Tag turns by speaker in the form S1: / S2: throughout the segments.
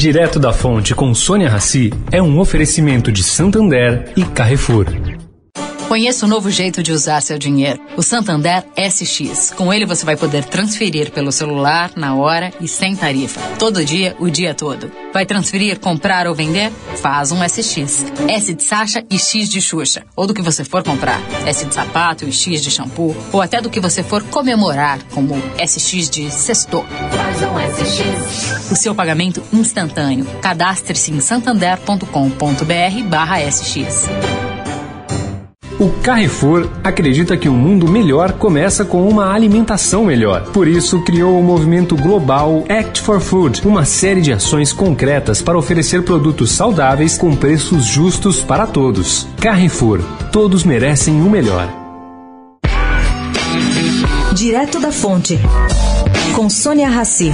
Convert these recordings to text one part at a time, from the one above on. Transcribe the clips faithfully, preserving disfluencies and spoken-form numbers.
S1: Direto da Fonte com Sônia Rassi é um oferecimento de Santander e Carrefour.
S2: Conheça o novo jeito de usar seu dinheiro, o Santander S X. Com ele você vai poder transferir pelo celular, na hora e sem tarifa. Todo dia, o dia todo. Vai transferir, comprar ou vender? Faz um S X. S de Sasha e X de Xuxa. Ou do que você for comprar. S de sapato e X de shampoo. Ou até do que você for comemorar, como S X de sextou.
S3: Faz um S X.
S2: O seu pagamento instantâneo. Cadastre-se em santander ponto com ponto br barra S X.
S1: O Carrefour acredita que um mundo melhor começa com uma alimentação melhor. Por isso, criou o movimento global Act for Food, uma série de ações concretas para oferecer produtos saudáveis com preços justos para todos. Carrefour, todos merecem o melhor.
S4: Direto da Fonte, com Sônia Rassi.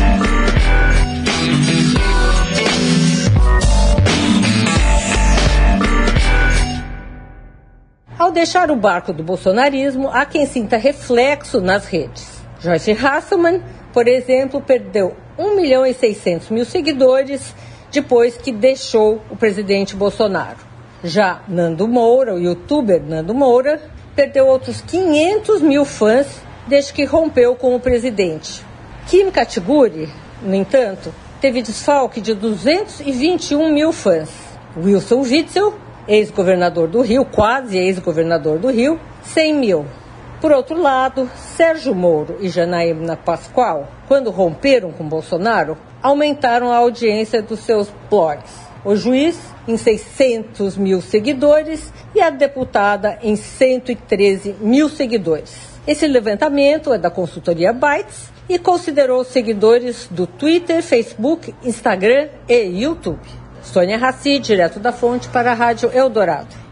S5: Ao deixar o barco do bolsonarismo, há quem sinta reflexo nas redes. Joyce Hasselman, por exemplo, perdeu um milhão e seiscentos mil seguidores depois que deixou o presidente Bolsonaro. Já Nando Moura, o youtuber Nando Moura, perdeu outros quinhentos mil fãs desde que rompeu com o presidente. Kim Kataguiri, no entanto, teve desfalque de duzentos e vinte e um mil fãs. Wilson Witzel, ex-governador do Rio, quase ex-governador do Rio, cem mil. Por outro lado, Sérgio Moro e Janaína Pascoal, quando romperam com Bolsonaro, aumentaram a audiência dos seus blogs. O juiz, em seiscentos mil seguidores, e a deputada, em cento e treze mil seguidores. Esse levantamento é da consultoria Bytes e considerou os seguidores do Twitter, Facebook, Instagram e YouTube. Sônia Rassi, direto da Fonte, para a Rádio Eldorado.